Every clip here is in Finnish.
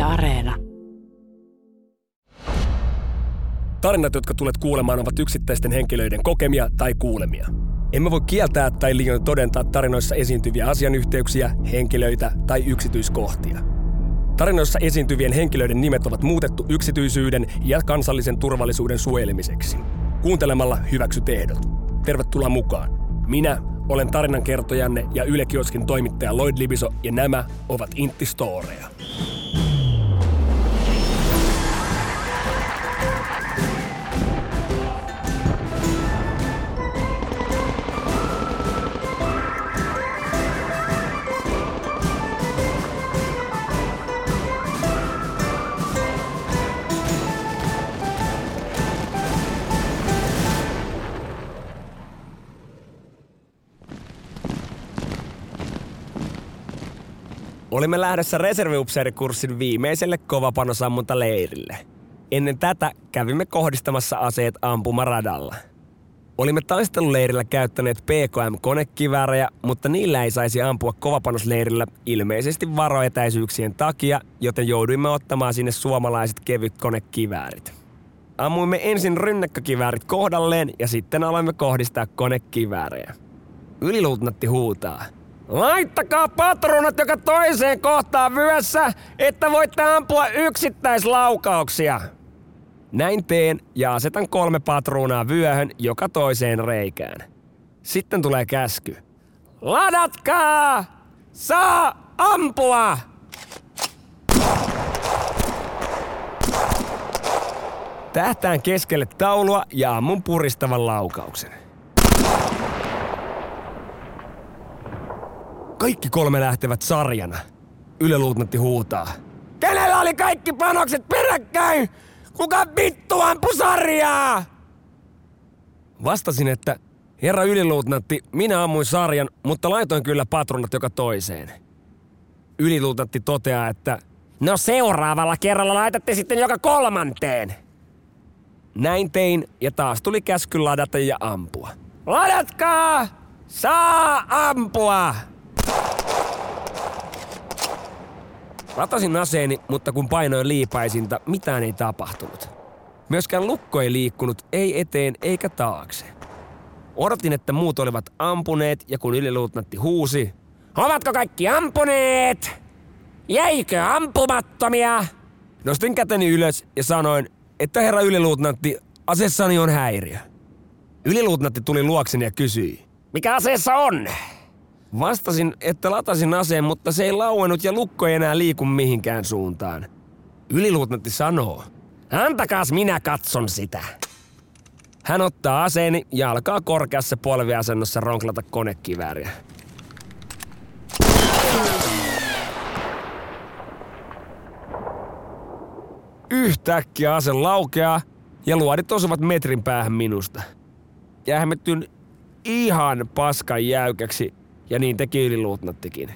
Areena. Tarinat, jotka tulet kuulemaan, ovat yksittäisten henkilöiden kokemia tai kuulemia. Emme voi kieltää tai liioin todentaa tarinoissa esiintyviä asianyhteyksiä, henkilöitä tai yksityiskohtia. Tarinoissa esiintyvien henkilöiden nimet ovat muutettu yksityisyyden ja kansallisen turvallisuuden suojelemiseksi. Kuuntelemalla hyväksyt ehdot. Tervetuloa mukaan. Minä olen tarinankertojanne ja Yle Kioskin toimittaja Lloyd Libiso ja nämä ovat Intti Storeja. Olimme lähdössä reserviupseerikurssin viimeiselle kovapanosammuntaleirille. Ennen tätä kävimme kohdistamassa aseet ampumaradalla. Olimme taisteluleirillä käyttäneet PKM-konekiväärejä, mutta niillä ei saisi ampua kovapanosleirillä ilmeisesti varoetäisyyksien takia, joten jouduimme ottamaan sinne suomalaiset kevytkonekiväärit. Ammuimme ensin rynnäkkökiväärit kohdalleen ja sitten aloimme kohdistaa konekiväärejä. Yliluutnantti huutaa: "Laittakaa patruunat joka toiseen kohtaan vyössä, että voitte ampua yksittäislaukauksia." Näin teen ja asetan 3 patruunaa vyöhön joka toiseen reikään. Sitten tulee käsky: "Ladatkaa! Saa ampua!" Tähtään keskelle taulua ja ammun puristavan laukauksen. Kaikki 3 lähtevät sarjana. Yliluutnantti huutaa: "Kenellä oli kaikki panokset peräkkäin? Kuka vittu ampui sarjaa?" Vastasin, että herra yliluutnantti, minä ammuin sarjan, mutta laitoin kyllä patruunat joka toiseen. Yliluutnantti toteaa, että no seuraavalla kerralla laitatte sitten joka 3. Näin tein ja taas tuli käsky ladata ja ampua. "Ladatkaa! Saa ampua!" Latasin aseeni, mutta kun painoin liipaisinta, mitään ei tapahtunut. Myöskään lukko ei liikkunut, ei eteen eikä taakse. Odotin, että muut olivat ampuneet, ja kun yliluutnantti huusi: "Ovatko kaikki ampuneet? Jäikö ampumattomia?" Nostin käteni ylös ja sanoin, että herra yliluutnantti, aseessani on häiriö. Yliluutnantti tuli luokseni ja kysyi: "Mikä aseessa on?" Vastasin, että latasin aseen, mutta se ei lauennut ja lukko ei enää liiku mihinkään suuntaan. Yliluutnantti sanoo: "Antakaas minä katson sitä." Hän ottaa aseeni ja alkaa korkeassa polviasennossa ronklata konekivääriä. Yhtäkkiä ase laukeaa ja luodit osuvat metrin päähän minusta. Jähmettyn ihan paskan jäykäksi. Ja niin teki yliluutnanttikin.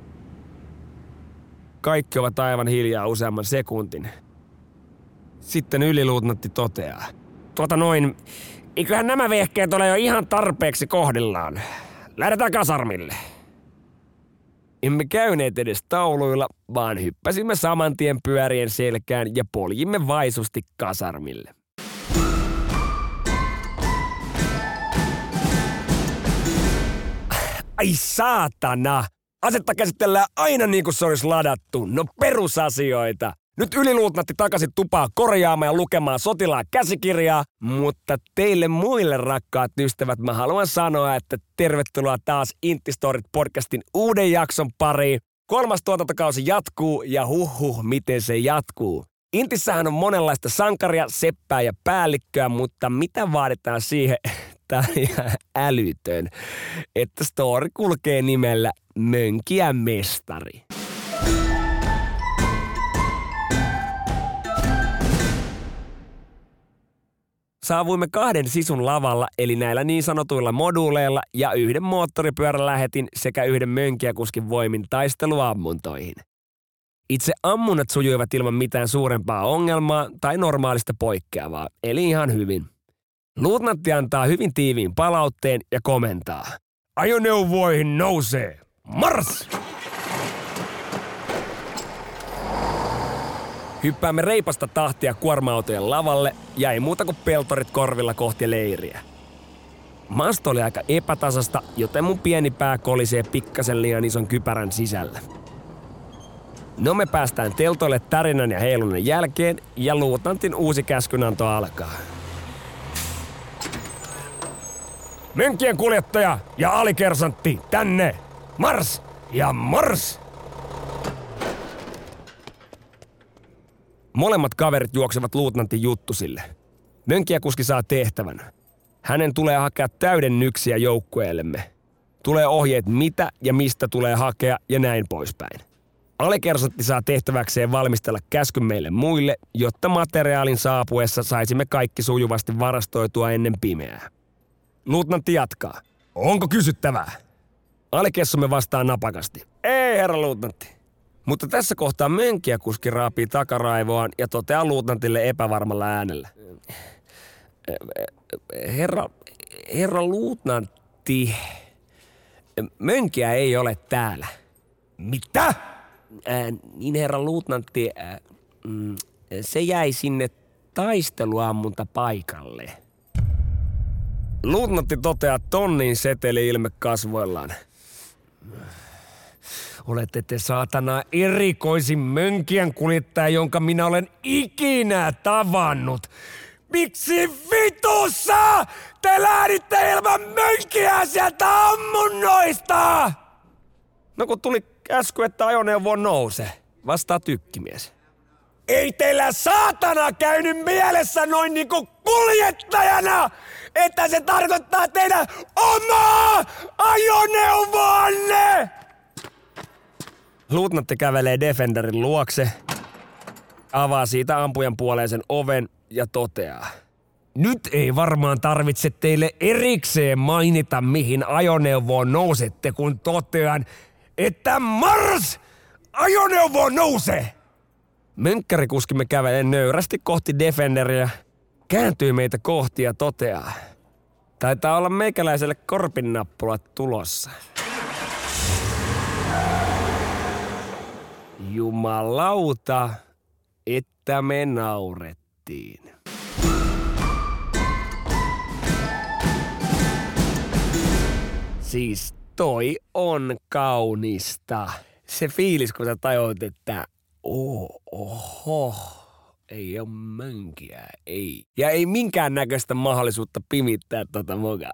Kaikki ovat aivan hiljaa useamman sekuntin. Sitten yliluutnantti toteaa: eiköhän nämä vehkeet ole jo ihan tarpeeksi kohdillaan. Lähdetään kasarmille." Emme käyneet edes tauluilla, vaan hyppäsimme saman tien pyörien selkään ja poljimme vaisusti kasarmille. Ai saatana! Asetta käsitellään aina niin kuin se olisi ladattu. No perusasioita. Nyt yliluutnantti takaisin tupaan korjaamaan ja lukemaan sotilaan käsikirjaa. Mutta teille muille rakkaat ystävät mä haluan sanoa, että tervetuloa taas Intti Storit podcastin uuden jakson pariin. 3. tuotantokausi jatkuu ja miten se jatkuu. Intissähän on monenlaista sankaria, seppää ja päällikköä, mutta mitä vaaditaan siihen? Tää on ihan älytön, että story kulkee nimellä Mönkiä mestari. Saavuimme 2 sisun lavalla, eli näillä niin sanotuilla moduuleilla, ja 1 moottoripyörän lähetin sekä 1 mönkiäkuskin voimin taisteluammuntoihin. Itse ammunnat sujuivat ilman mitään suurempaa ongelmaa tai normaalista poikkeavaa, eli ihan hyvin. Luutnantti antaa hyvin tiiviin palautteen ja komentaa: "Ajoneuvoihin nousee! Mars!" Hyppäämme reipasta tahtia kuorma-autojen lavalle ja ei muuta kuin peltorit korvilla kohti leiriä. Maasto oli aika epätasasta, joten mun pieni pää kolisee pikkasen liian ison kypärän sisällä. No me päästään teltoille tärinän ja heilunnan jälkeen ja luutnantin uusi käskynanto alkaa. Mönkien kuljettaja ja alikersantti, tänne! Mars ja mars! Molemmat kaverit juoksevat luutnantin juttusille. Mönkijäkuski saa tehtävän. Hänen tulee hakea täydennyksiä joukkueellemme. Tulee ohjeet mitä ja mistä tulee hakea ja näin poispäin. Alikersantti saa tehtäväkseen valmistella käskyn meille muille, jotta materiaalin saapuessa saisimme kaikki sujuvasti varastoitua ennen pimeää. Luutnantti jatkaa. Onko kysyttävää? Alikessumme vastaa napakasti. Ei, herra luutnantti. Mutta tässä kohtaa mönkijäkuski raapii takaraivoaan ja toteaa luutnantille epävarmalla äänellä. Herra luutnantti, mönkiä ei ole täällä. Mitä? Niin herra luutnantti, se jäi sinne taisteluammunta paikalle. Luutnantti toteaa tonnin seteli-ilme kasvoillaan. Olette te saatana erikoisin mönkien kuljettaja, jonka minä olen ikinä tavannut. Miksi vitussa te lähditte ilman mönkiä sieltä ammunnoista? No kun tuli käsky, että ajoneuvo nouse, vastaa tykkimies. Ei teillä saatana käynyt mielessä noin niinku kuljettajana, että se tarkoittaa teidän omaa ajoneuvoanne! Luutnantti kävelee Defenderin luokse, avaa siitä ampujan puoleisen oven ja toteaa. Nyt ei varmaan tarvitse teille erikseen mainita, mihin ajoneuvoon nousette, kun totean, että mars! Ajoneuvoon nouse! Mönkkärikuskimme kävelee nöyrästi kohti Defenderiä, kääntyy meitä kohti ja toteaa. Taitaa olla meikäläiselle korpinnappulat tulossa. Jumalauta, että me naurettiin. Siis toi on kaunista. Se fiilis, kun sä tajuut, että oho, ei oo mönkiä, ei. Ja ei minkään näköistä mahdollisuutta pimittää tota mokaa.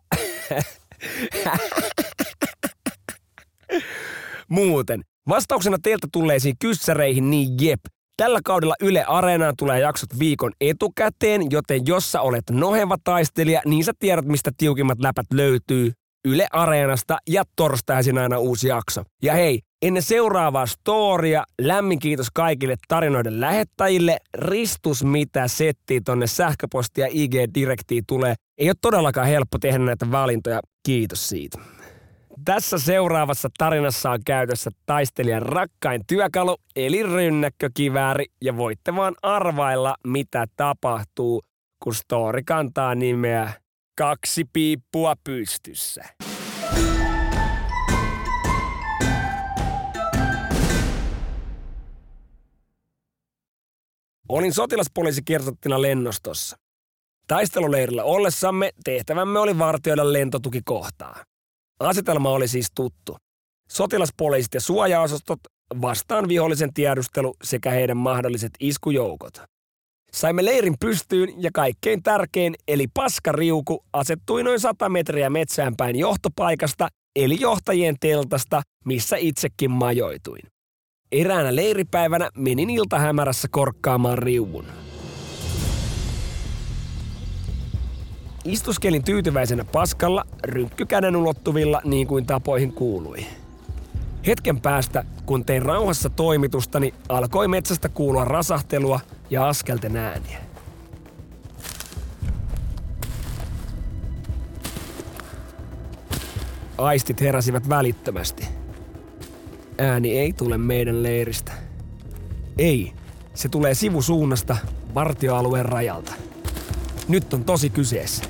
Muuten, vastauksena teiltä tulleisiin kyssäreihin niin jep. Tällä kaudella Yle Areenaan tulee jaksot viikon etukäteen, joten jos sä olet noheva taistelija, niin sä tiedät mistä tiukimmat läpät löytyy. Yle Areenasta ja torstaisin aina uusi jakso. Ja hei, ennen seuraavaa storia, lämmin kiitos kaikille tarinoiden lähettäjille. Ristus mitä settiä tonne sähköposti ja IG-direktiin tulee. Ei ole todellakaan helppo tehdä näitä valintoja. Kiitos siitä. Tässä seuraavassa tarinassa on käytössä taistelijan rakkain työkalu, eli rynnäkkökivääri, ja voitte vaan arvailla, mitä tapahtuu, kun story kantaa nimeä 2 piippua pystyssä. Olin sotilaspoliisikiersottina lennostossa. Taisteluleirillä ollessamme tehtävämme oli vartioida lentotukikohtaa. Asetelma oli siis tuttu. Sotilaspoliisit ja suojaosastot vastaan vihollisen tiedustelu sekä heidän mahdolliset iskujoukot. Saimme leirin pystyyn ja kaikkein tärkein eli paskariuku asettui noin 100 metriä metsään päin johtopaikasta eli johtajien teltasta, missä itsekin majoituin. Eräänä leiripäivänä menin iltahämärässä korkkaamaan riuvun. Istuskelin tyytyväisenä paskalla, rynkkykäden ulottuvilla niin kuin tapoihin kuului. Hetken päästä, kun tein rauhassa toimitustani, alkoi metsästä kuulua rasahtelua ja askelten ääniä. Aistit heräsivät välittömästi. Ääni ei tule meidän leiristä. Ei, se tulee sivusuunnasta, vartioalueen rajalta. Nyt on tosi kyseessä.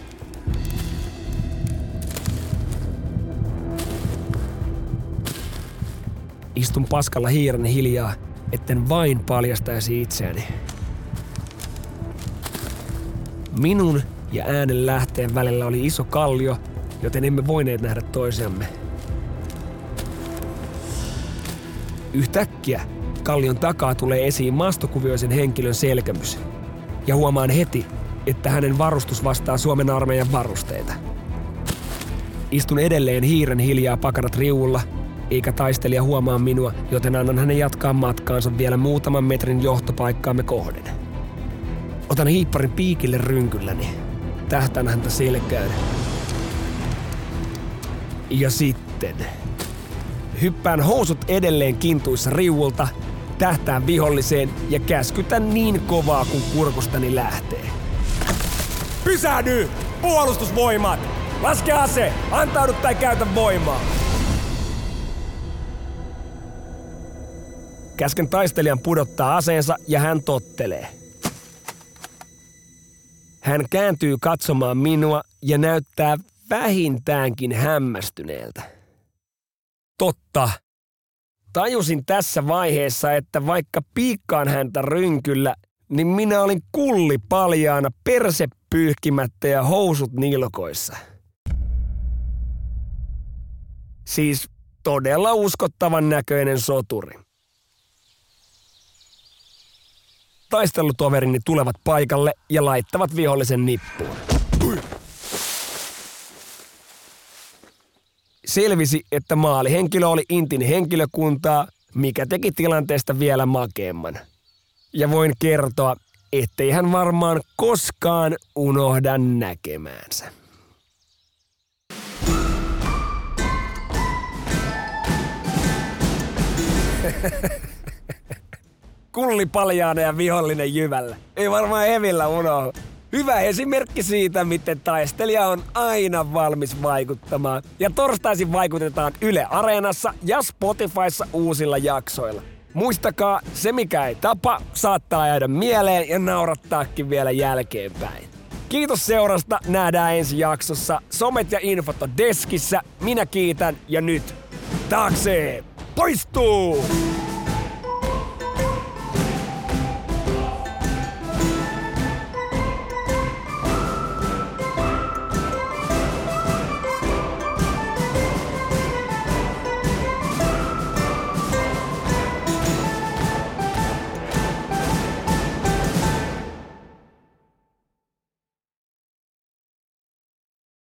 Istun paskalla hiiren hiljaa, etten vain paljastaisi itseäni. Minun ja äänen lähteen välillä oli iso kallio, joten emme voineet nähdä toisiamme. Yhtäkkiä kallion takaa tulee esiin maastokuvioisen henkilön selkämys. Ja huomaan heti, että hänen varustus vastaa Suomen armeijan varusteita. Istun edelleen hiiren hiljaa pakarat riuulla, eikä taistelija huomaa minua, joten annan hänen jatkaa matkaansa vielä muutaman metrin johtopaikkaamme kohden. Otan hiipparin piikille rynkylläni. Tähtään häntä selkään. Ja sitten hyppään housut edelleen kintuissa riuulta, tähtään viholliseen ja käskytän niin kovaa kuin kurkustani lähtee. Pysähdy! Puolustusvoimat! Laske ase! Antaudu tai käytä voimaa! Käsken taistelijan pudottaa aseensa ja hän tottelee. Hän kääntyy katsomaan minua ja näyttää vähintäänkin hämmästyneeltä. Totta. Tajusin tässä vaiheessa, että vaikka piikkaan häntä rynkyllä, niin minä olin kulli paljaana, perse pyyhkimättä ja housut nilkoissa. Siis todella uskottavan näköinen soturi. Taistelutoverini tulevat paikalle ja laittavat vihollisen nippuun. Selvisi, että maalihenkilö oli Intin henkilökuntaa, mikä teki tilanteesta vielä makeamman. Ja voin kertoa, ettei hän varmaan koskaan unohda näkemäänsä. Kulli paljaana ja vihollinen jyvällä. Ei varmaan hevillä unohdu. Hyvä esimerkki siitä, miten taistelija on aina valmis vaikuttamaan. Ja torstaisin vaikutetaan Yle Areenassa ja Spotifyssa uusilla jaksoilla. Muistakaa, se mikä ei tapa, saattaa jäädä mieleen ja naurattaakin vielä jälkeenpäin. Kiitos seurasta, nähdään ensi jaksossa. Somet ja infot on deskissä, minä kiitän ja nyt taakse poistuu!